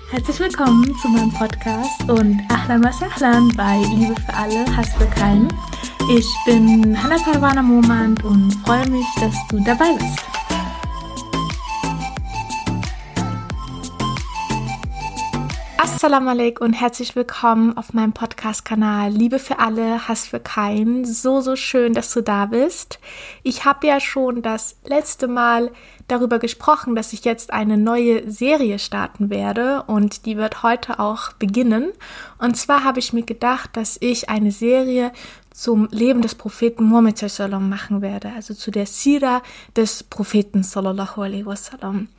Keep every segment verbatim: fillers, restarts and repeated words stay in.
Herzlich willkommen zu meinem Podcast und Ahlan wa Sahlan bei Liebe für alle, Hass für keinen. Ich bin Hannah Parwana Momand und freue mich, dass du dabei bist. Assalamu alaikum und herzlich willkommen auf meinem Podcast-Kanal Liebe für alle, Hass für keinen. So, so schön, dass du da bist. Ich habe ja schon das letzte Mal darüber gesprochen, dass ich jetzt eine neue Serie starten werde und die wird heute auch beginnen. Und zwar habe ich mir gedacht, dass ich eine Serie zum Leben des Propheten Muhammad sallallahu machen werde, also zu der Sira des Propheten sallallahu alaihi wasallam.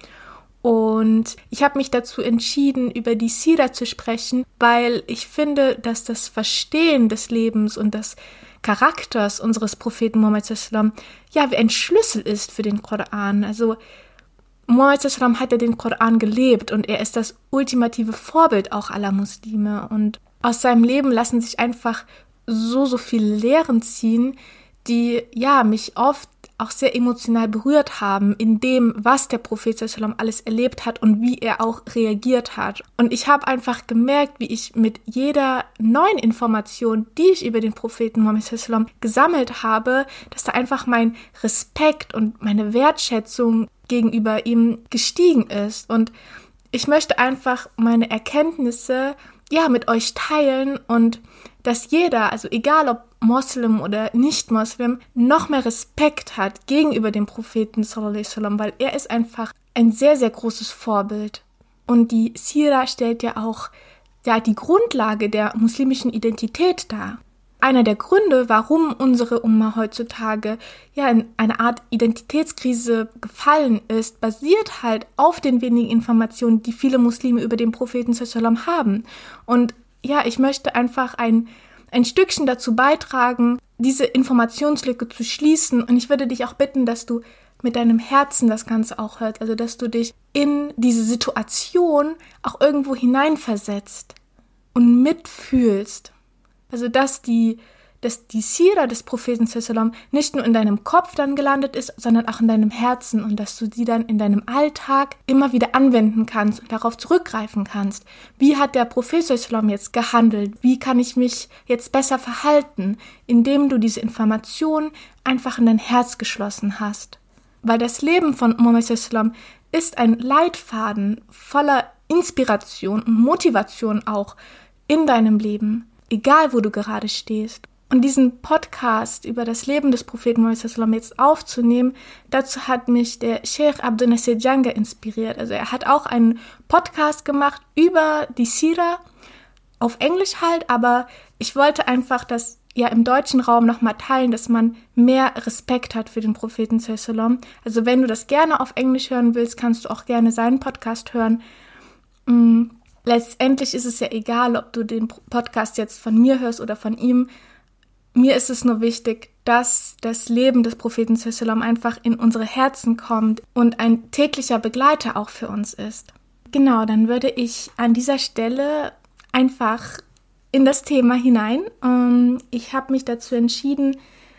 Und ich habe mich dazu entschieden, über die Sira zu sprechen, weil ich finde, dass das Verstehen des Lebens und des Charakters unseres Propheten Muhammad sallallahu alaihi wasallam ja wie ein Schlüssel ist für den Koran. Also Muhammad sallallahu alaihi wasallam hat ja den Koran gelebt und er ist das ultimative Vorbild auch aller Muslime. Und aus seinem Leben lassen sich einfach so, so viele Lehren ziehen, die ja mich oft auch sehr emotional berührt haben in dem, was der Prophet sallallahu alaihi wasallam alles erlebt hat und wie er auch reagiert hat. Und ich habe einfach gemerkt, wie ich mit jeder neuen Information, die ich über den Propheten Muhammad sallallahu alaihi wasallam gesammelt habe, dass da einfach mein Respekt und meine Wertschätzung gegenüber ihm gestiegen ist. Und ich möchte einfach meine Erkenntnisse ja mit euch teilen und dass jeder, also egal ob Moslem oder Nicht-Moslem, noch mehr Respekt hat gegenüber dem Propheten sallallahu alaihi wasallam, weil er ist einfach ein sehr, sehr großes Vorbild. Und die Sira stellt ja auch ja, die Grundlage der muslimischen Identität dar. Einer der Gründe, warum unsere Umma heutzutage ja in eine Art Identitätskrise gefallen ist, basiert halt auf den wenigen Informationen, die viele Muslime über den Propheten sallallahu alaihi wasallam haben. Und ja, ich möchte einfach ein, ein Stückchen dazu beitragen, diese Informationslücke zu schließen. Und ich würde dich auch bitten, dass du mit deinem Herzen das Ganze auch hörst. Also, dass du dich in diese Situation auch irgendwo hineinversetzt und mitfühlst. Also, dass die, dass die Sira des Propheten sallallahu alaihi wasallam nicht nur in deinem Kopf dann gelandet ist, sondern auch in deinem Herzen und dass du sie dann in deinem Alltag immer wieder anwenden kannst und darauf zurückgreifen kannst. Wie hat der Prophet sallallahu alaihi wasallam jetzt gehandelt? Wie kann ich mich jetzt besser verhalten, indem du diese Information einfach in dein Herz geschlossen hast? Weil das Leben von Muhammad sallallahu alaihi wasallam ist ein Leitfaden voller Inspiration und Motivation auch in deinem Leben, egal wo du gerade stehst. Und diesen Podcast über das Leben des Propheten Muhammad sallallahu alaihi wasallam jetzt aufzunehmen, dazu hat mich der Sheikh Abdul Nasir Janga inspiriert. Also er hat auch einen Podcast gemacht über die Sira, auf Englisch halt, aber ich wollte einfach das ja im deutschen Raum nochmal teilen, dass man mehr Respekt hat für den Propheten sallallahu alaihi wasallam. Also wenn du das gerne auf Englisch hören willst, kannst du auch gerne seinen Podcast hören. Mhm. Letztendlich ist es ja egal, ob du den Podcast jetzt von mir hörst oder von ihm. Mir ist es nur wichtig, dass das Leben des Propheten sallallahu alaihi wasallam einfach in unsere Herzen kommt und ein täglicher Begleiter auch für uns ist. Genau, dann würde ich an dieser Stelle einfach in das Thema hinein. Ich habe mich dazu entschieden,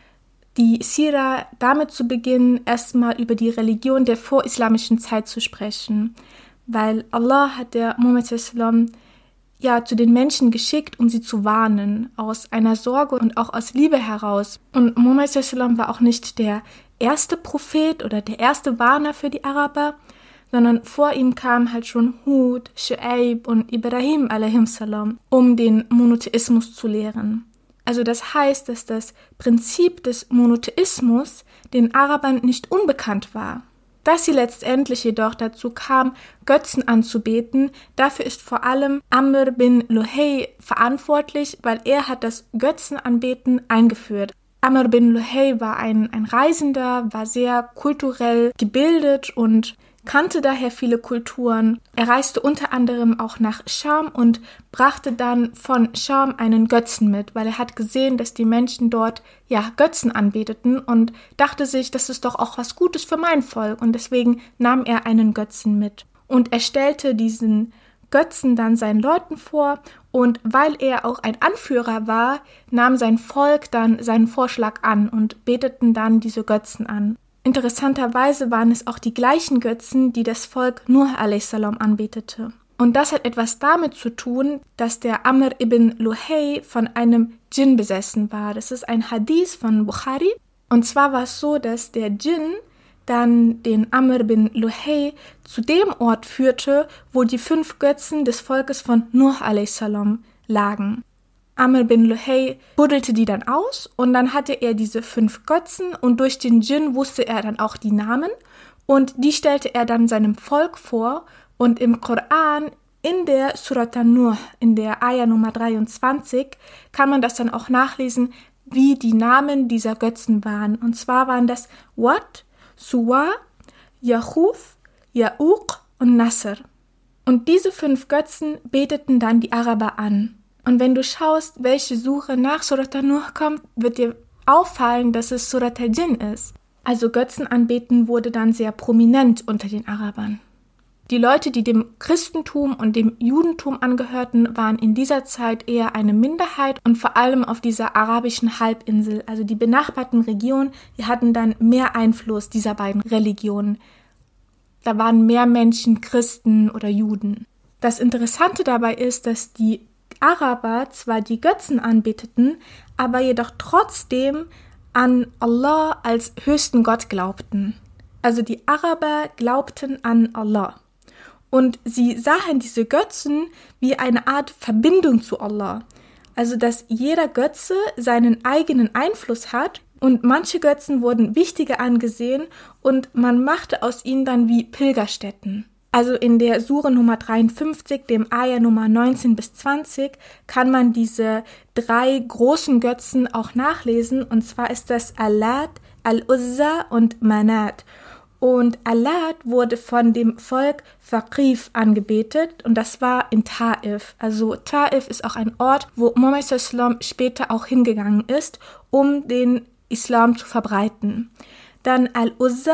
die Sira damit zu beginnen, erstmal über die Religion der vorislamischen Zeit zu sprechen. Weil Allah hat der Muhammad sallallahu alaihi wasallam ja zu den Menschen geschickt, um sie zu warnen, aus einer Sorge und auch aus Liebe heraus. Und Muhammad sallallahu alaihi wasallam war auch nicht der erste Prophet oder der erste Warner für die Araber, sondern vor ihm kamen halt schon Hud, Shu'aib und Ibrahim alaihi salam, um den Monotheismus zu lehren. Also das heißt, dass das Prinzip des Monotheismus den Arabern nicht unbekannt war. Dass sie letztendlich jedoch dazu kam, Götzen anzubeten, dafür ist vor allem Amr bin Luhay verantwortlich, weil er hat das Götzenanbeten eingeführt. Amr bin Luhay war ein, ein Reisender, war sehr kulturell gebildet und kannte daher viele Kulturen. Er reiste unter anderem auch nach Scham und brachte dann von Scham einen Götzen mit, weil er hat gesehen, dass die Menschen dort ja Götzen anbeteten und dachte sich, das ist doch auch was Gutes für mein Volk, und deswegen nahm er einen Götzen mit. Und er stellte diesen Götzen dann seinen Leuten vor, und weil er auch ein Anführer war, nahm sein Volk dann seinen Vorschlag an und beteten dann diese Götzen an. Interessanterweise waren es auch die gleichen Götzen, die das Volk Nuh alaihi salam anbetete. Und das hat etwas damit zu tun, dass der Amr ibn Luhay von einem Djinn besessen war. Das ist ein Hadith von Bukhari. Und zwar war es so, dass der Djinn dann den Amr ibn Luhay zu dem Ort führte, wo die fünf Götzen des Volkes von Nuh a.s. lagen. Amr ibn Luhay buddelte die dann aus und dann hatte er diese fünf Götzen und durch den Djinn wusste er dann auch die Namen und die stellte er dann seinem Volk vor. Und im Koran, in der Surat an-Nuh, in der Ayah Nummer dreiundzwanzig, kann man das dann auch nachlesen, wie die Namen dieser Götzen waren. Und zwar waren das Wat, Suwa, Yahuth, Ya'uq und Nasr. Und diese fünf Götzen beteten dann die Araber an. Und wenn du schaust, welche Suche nach Surat an-Nuh kommt, wird dir auffallen, dass es Surat al-Jinn ist. Also Götzenanbeten wurde dann sehr prominent unter den Arabern. Die Leute, die dem Christentum und dem Judentum angehörten, waren in dieser Zeit eher eine Minderheit und vor allem auf dieser arabischen Halbinsel, also die benachbarten Regionen, die hatten dann mehr Einfluss dieser beiden Religionen. Da waren mehr Menschen Christen oder Juden. Das Interessante dabei ist, dass die Araber zwar die Götzen anbeteten, aber jedoch trotzdem an Allah als höchsten Gott glaubten. Also die Araber glaubten an Allah. Und sie sahen diese Götzen wie eine Art Verbindung zu Allah. Also, dass jeder Götze seinen eigenen Einfluss hat und manche Götzen wurden wichtiger angesehen und man machte aus ihnen dann wie Pilgerstätten. Also in der Sure Nummer dreiundfünfzig, dem Ayah Nummer neunzehn bis zwanzig, kann man diese drei großen Götzen auch nachlesen. Und zwar ist das Allat, Al-Uzza und Manat. Und Allat wurde von dem Volk Thaqif angebetet und das war in Taif. Also Taif ist auch ein Ort, wo Muhammad sallallahu alaihi wasallam später auch hingegangen ist, um den Islam zu verbreiten. Dann Al-Uzza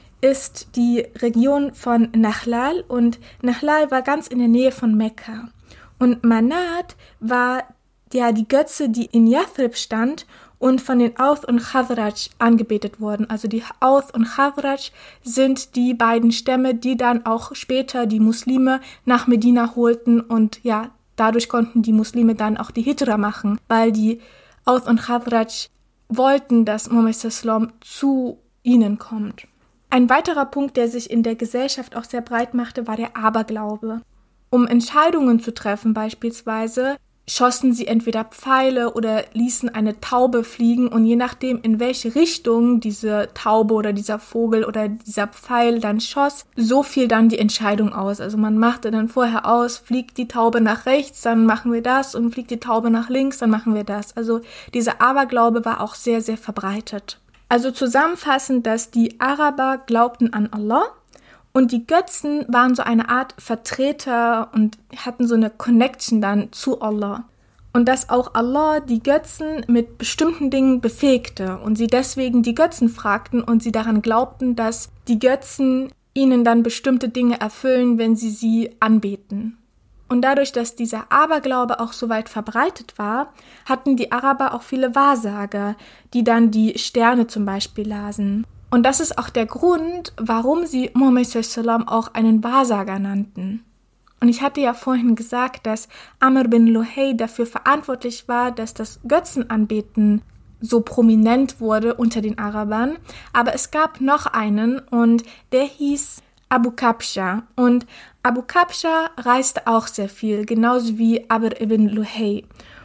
ist die Region von Nahlal und Nahlal war ganz in der Nähe von Mekka. Und Manat war ja die Götze, die in Yathrib stand und von den Aus und Khazraj angebetet wurden. Also die Aus und Khazraj sind die beiden Stämme, die dann auch später die Muslime nach Medina holten und ja, dadurch konnten die Muslime dann auch die Hijra machen, weil die Aus und Khazraj wollten, dass Muhammad sallallahu alaihi wasallam zu ihnen kommt. Ein weiterer Punkt, der sich in der Gesellschaft auch sehr breit machte, war der Aberglaube. Um Entscheidungen zu treffen beispielsweise, schossen sie entweder Pfeile oder ließen eine Taube fliegen und je nachdem, in welche Richtung diese Taube oder dieser Vogel oder dieser Pfeil dann schoss, so fiel dann die Entscheidung aus. Also man machte dann vorher aus, fliegt die Taube nach rechts, dann machen wir das und fliegt die Taube nach links, dann machen wir das. Also dieser Aberglaube war auch sehr, sehr verbreitet. Also zusammenfassend, dass die Araber glaubten an Allah und die Götzen waren so eine Art Vertreter und hatten so eine Connection dann zu Allah. Und dass auch Allah die Götzen mit bestimmten Dingen befähigte und sie deswegen die Götzen fragten und sie daran glaubten, dass die Götzen ihnen dann bestimmte Dinge erfüllen, wenn sie sie anbeten. Und dadurch, dass dieser Aberglaube auch so weit verbreitet war, hatten die Araber auch viele Wahrsager, die dann die Sterne zum Beispiel lasen. Und das ist auch der Grund, warum sie Muhammad sallallahu alaihi wasallam auch einen Wahrsager nannten. Und ich hatte ja vorhin gesagt, dass Amr ibn Luhay dafür verantwortlich war, dass das Götzenanbeten so prominent wurde unter den Arabern. Aber es gab noch einen und der hieß Abu Kabsha. Und Abu Kabsha reiste auch sehr viel, genauso wie Amr ibn Luhay.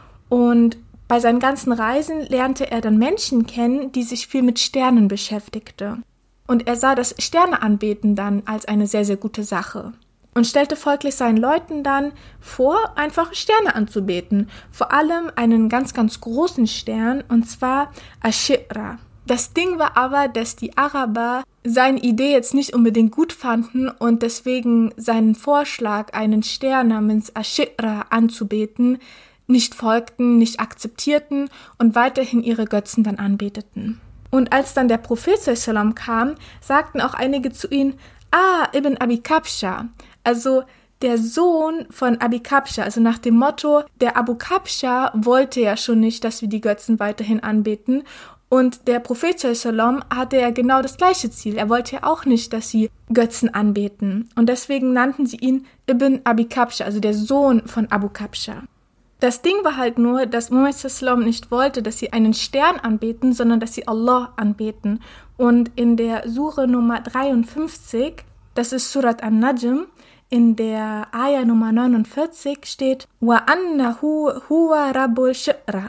Und bei seinen ganzen Reisen lernte er dann Menschen kennen, die sich viel mit Sternen beschäftigte. Und er sah das Sterneanbeten dann als eine sehr, sehr gute Sache. Und stellte folglich seinen Leuten dann vor, einfach Sterne anzubeten. Vor allem einen ganz, ganz großen Stern, und zwar Ashira. Das Ding war aber, dass die Araber seine Idee jetzt nicht unbedingt gut fanden und deswegen seinen Vorschlag, einen Stern namens Ashira anzubeten, nicht folgten, nicht akzeptierten und weiterhin ihre Götzen dann anbeteten. Und als dann der Prophet sallallahu alaihi wasallam kam, sagten auch einige zu ihm, ah, Ibn Abi Kabsha, also der Sohn von Abi Kabsha, also nach dem Motto, der Abu Kabsha wollte ja schon nicht, dass wir die Götzen weiterhin anbeten Und der Prophet sallam hatte ja genau das gleiche Ziel. Er wollte ja auch nicht, dass sie Götzen anbeten. Und deswegen nannten sie ihn Ibn Abi Kabsha, also der Sohn von Abu Kabsha. Das Ding war halt nur, dass Muhammad sallam nicht wollte, dass sie einen Stern anbeten, sondern dass sie Allah anbeten. Und in der Sure Nummer dreiundfünfzig, das ist Surat An-Najm, in der Ayah Nummer neunundvierzig steht Wa annahu huwa rabbul shi'ra.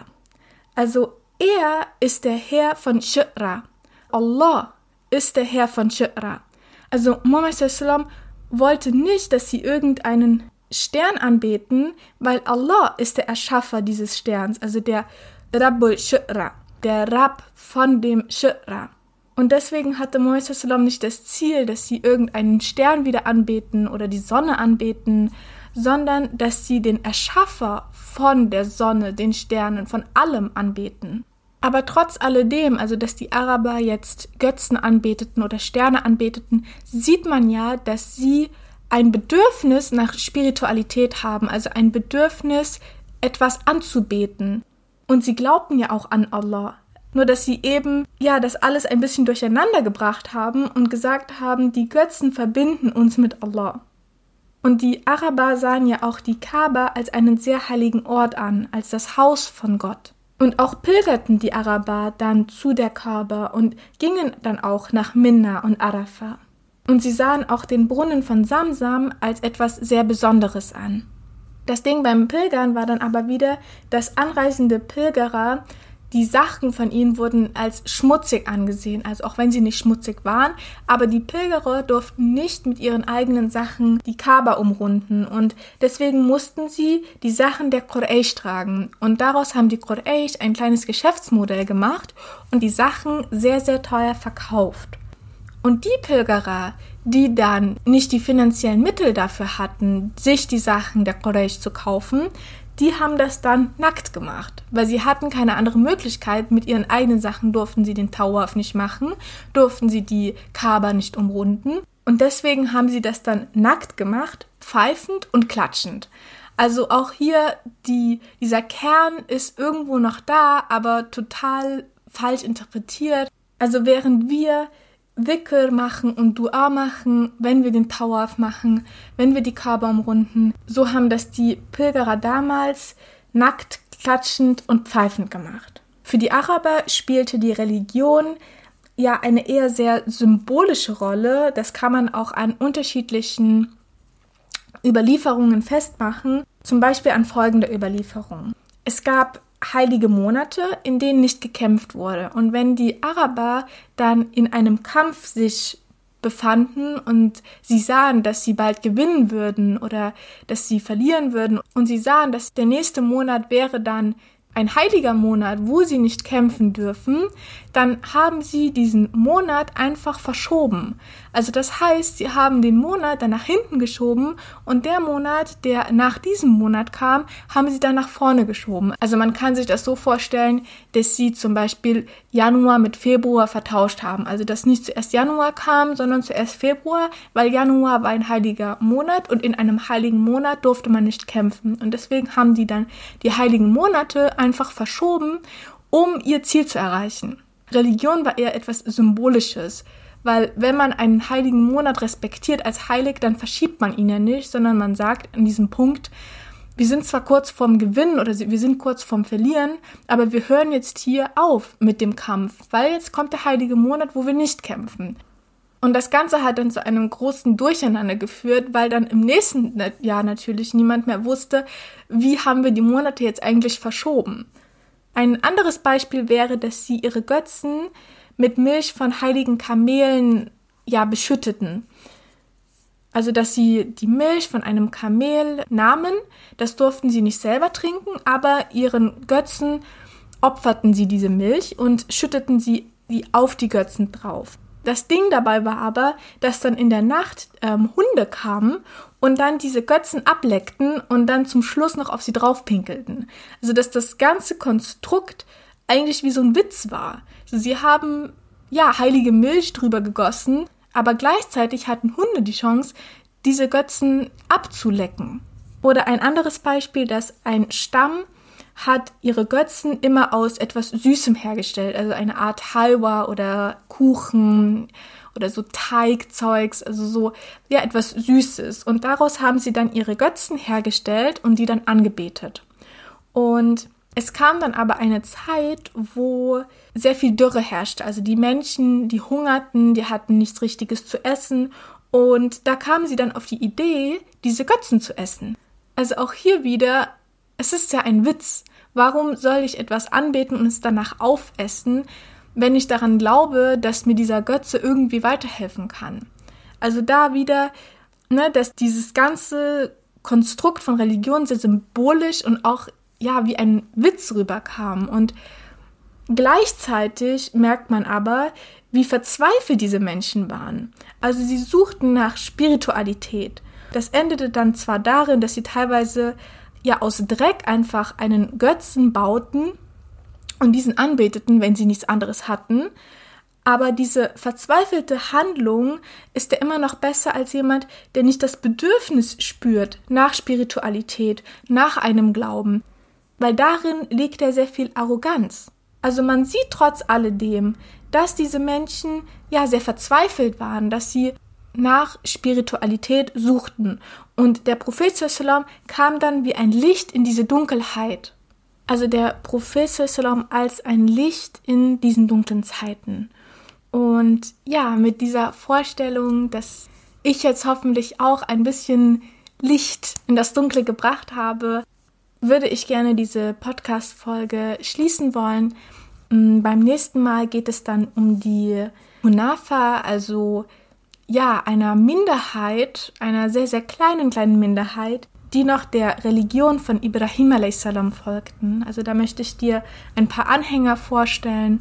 Also er ist der Herr von Shi'ra. Allah ist der Herr von Shi'ra. Also Muhammad sallam wollte nicht, dass sie irgendeinen Stern anbeten, weil Allah ist der Erschaffer dieses Sterns, also der Rabbul Shi'ra, der Rabb von dem Shi'ra. Und deswegen hatte Muhammad sallam nicht das Ziel, dass sie irgendeinen Stern wieder anbeten oder die Sonne anbeten, sondern dass sie den Erschaffer von der Sonne, den Sternen, von allem anbeten. Aber trotz alledem, also dass die Araber jetzt Götzen anbeteten oder Sterne anbeteten, sieht man ja, dass sie ein Bedürfnis nach Spiritualität haben, also ein Bedürfnis, etwas anzubeten. Und sie glaubten ja auch an Allah. Nur, dass sie eben, ja, das alles ein bisschen durcheinander gebracht haben und gesagt haben, die Götzen verbinden uns mit Allah. Und die Araber sahen ja auch die Kaaba als einen sehr heiligen Ort an, als das Haus von Gott. Und auch pilgerten die Araber dann zu der Kaaba und gingen dann auch nach Minna und Arafah. Und sie sahen auch den Brunnen von Samsam als etwas sehr Besonderes an. Das Ding beim Pilgern war dann aber wieder, dass anreisende Pilgerer, die Sachen von ihnen wurden als schmutzig angesehen, also auch wenn sie nicht schmutzig waren, aber die Pilgerer durften nicht mit ihren eigenen Sachen die Kaaba umrunden und deswegen mussten sie die Sachen der Quraysh tragen und daraus haben die Quraysh ein kleines Geschäftsmodell gemacht und die Sachen sehr, sehr teuer verkauft. Und die Pilgerer, die dann nicht die finanziellen Mittel dafür hatten, sich die Sachen der Quraysh zu kaufen, die haben das dann nackt gemacht, weil sie hatten keine andere Möglichkeit. Mit ihren eigenen Sachen durften sie den Tawaf nicht machen, durften sie die Kaaba nicht umrunden und deswegen haben sie das dann nackt gemacht, pfeifend und klatschend. Also auch hier, die, dieser Kern ist irgendwo noch da, aber total falsch interpretiert. Also während wir Dhikr machen und Dua machen, wenn wir den Tawaf machen, wenn wir die Kaaba umrunden. So haben das die Pilgerer damals nackt, klatschend und pfeifend gemacht. Für die Araber spielte die Religion ja eine eher sehr symbolische Rolle. Das kann man auch an unterschiedlichen Überlieferungen festmachen, zum Beispiel an folgender Überlieferung. Es gab heilige Monate, in denen nicht gekämpft wurde. Und wenn die Araber dann in einem Kampf sich befanden und sie sahen, dass sie bald gewinnen würden oder dass sie verlieren würden und sie sahen, dass der nächste Monat wäre dann ein heiliger Monat, wo sie nicht kämpfen dürfen, dann haben sie diesen Monat einfach verschoben. Also das heißt, sie haben den Monat dann nach hinten geschoben und der Monat, der nach diesem Monat kam, haben sie dann nach vorne geschoben. Also man kann sich das so vorstellen, dass sie zum Beispiel Januar mit Februar vertauscht haben. Also dass nicht zuerst Januar kam, sondern zuerst Februar, weil Januar war ein heiliger Monat und in einem heiligen Monat durfte man nicht kämpfen. Und deswegen haben die dann die heiligen Monate einfach verschoben, um ihr Ziel zu erreichen. Religion war eher etwas Symbolisches, weil wenn man einen heiligen Monat respektiert als heilig, dann verschiebt man ihn ja nicht, sondern man sagt an diesem Punkt, wir sind zwar kurz vorm Gewinnen oder wir sind kurz vorm Verlieren, aber wir hören jetzt hier auf mit dem Kampf, weil jetzt kommt der heilige Monat, wo wir nicht kämpfen. Und das Ganze hat dann zu einem großen Durcheinander geführt, weil dann im nächsten Jahr natürlich niemand mehr wusste, wie haben wir die Monate jetzt eigentlich verschoben. Ein anderes Beispiel wäre, dass sie ihre Götzen mit Milch von heiligen Kamelen ja beschütteten. Also dass sie die Milch von einem Kamel nahmen, das durften sie nicht selber trinken, aber ihren Götzen opferten sie diese Milch und schütteten sie die auf die Götzen drauf. Das Ding dabei war aber, dass dann in der Nacht ähm, Hunde kamen und dann diese Götzen ableckten und dann zum Schluss noch auf sie draufpinkelten. Also dass das ganze Konstrukt eigentlich wie so ein Witz war. Also sie haben ja heilige Milch drüber gegossen, aber gleichzeitig hatten Hunde die Chance, diese Götzen abzulecken. Oder ein anderes Beispiel, dass ein Stamm hat ihre Götzen immer aus etwas Süßem hergestellt, also eine Art Halwa oder Kuchen oder so Teigzeugs, also so, ja, etwas Süßes. Und daraus haben sie dann ihre Götzen hergestellt und die dann angebetet. Und es kam dann aber eine Zeit, wo sehr viel Dürre herrschte. Also die Menschen, die hungerten, die hatten nichts Richtiges zu essen. Und da kamen sie dann auf die Idee, diese Götzen zu essen. Also auch hier wieder, es ist ja ein Witz. Warum soll ich etwas anbeten und es danach aufessen, wenn ich daran glaube, dass mir dieser Götze irgendwie weiterhelfen kann? Also da wieder, ne, dass dieses ganze Konstrukt von Religion sehr symbolisch und auch ja wie ein Witz rüberkam. Und gleichzeitig merkt man aber, wie verzweifelt diese Menschen waren. Also sie suchten nach Spiritualität. Das endete dann zwar darin, dass sie teilweise ja aus Dreck einfach einen Götzen bauten und diesen anbeteten, wenn sie nichts anderes hatten. Aber diese verzweifelte Handlung ist ja immer noch besser als jemand, der nicht das Bedürfnis spürt nach Spiritualität, nach einem Glauben. Weil darin liegt ja sehr viel Arroganz. Also man sieht trotz alledem, dass diese Menschen ja sehr verzweifelt waren, dass sie nach Spiritualität suchten. Und der Prophet sallam kam dann wie ein Licht in diese Dunkelheit. Also der Prophet sallam als ein Licht in diesen dunklen Zeiten. Und ja, mit dieser Vorstellung, dass ich jetzt hoffentlich auch ein bisschen Licht in das Dunkle gebracht habe, würde ich gerne diese Podcast-Folge schließen wollen. Beim nächsten Mal geht es dann um die Hunafa, also ja, einer Minderheit, einer sehr, sehr kleinen, kleinen Minderheit, die noch der Religion von Ibrahim a s. folgten. Also da möchte ich dir ein paar Anhänger vorstellen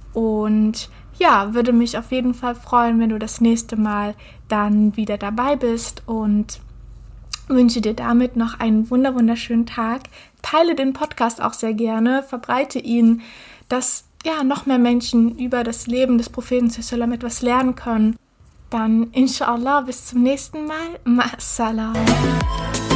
und ja, würde mich auf jeden Fall freuen, wenn du das nächste Mal dann wieder dabei bist und wünsche dir damit noch einen wunder wunderschönen Tag. Teile den Podcast auch sehr gerne, verbreite ihn, dass ja noch mehr Menschen über das Leben des Propheten sallam etwas lernen können. Dann inshallah bis zum nächsten Mal. Ma'assalam.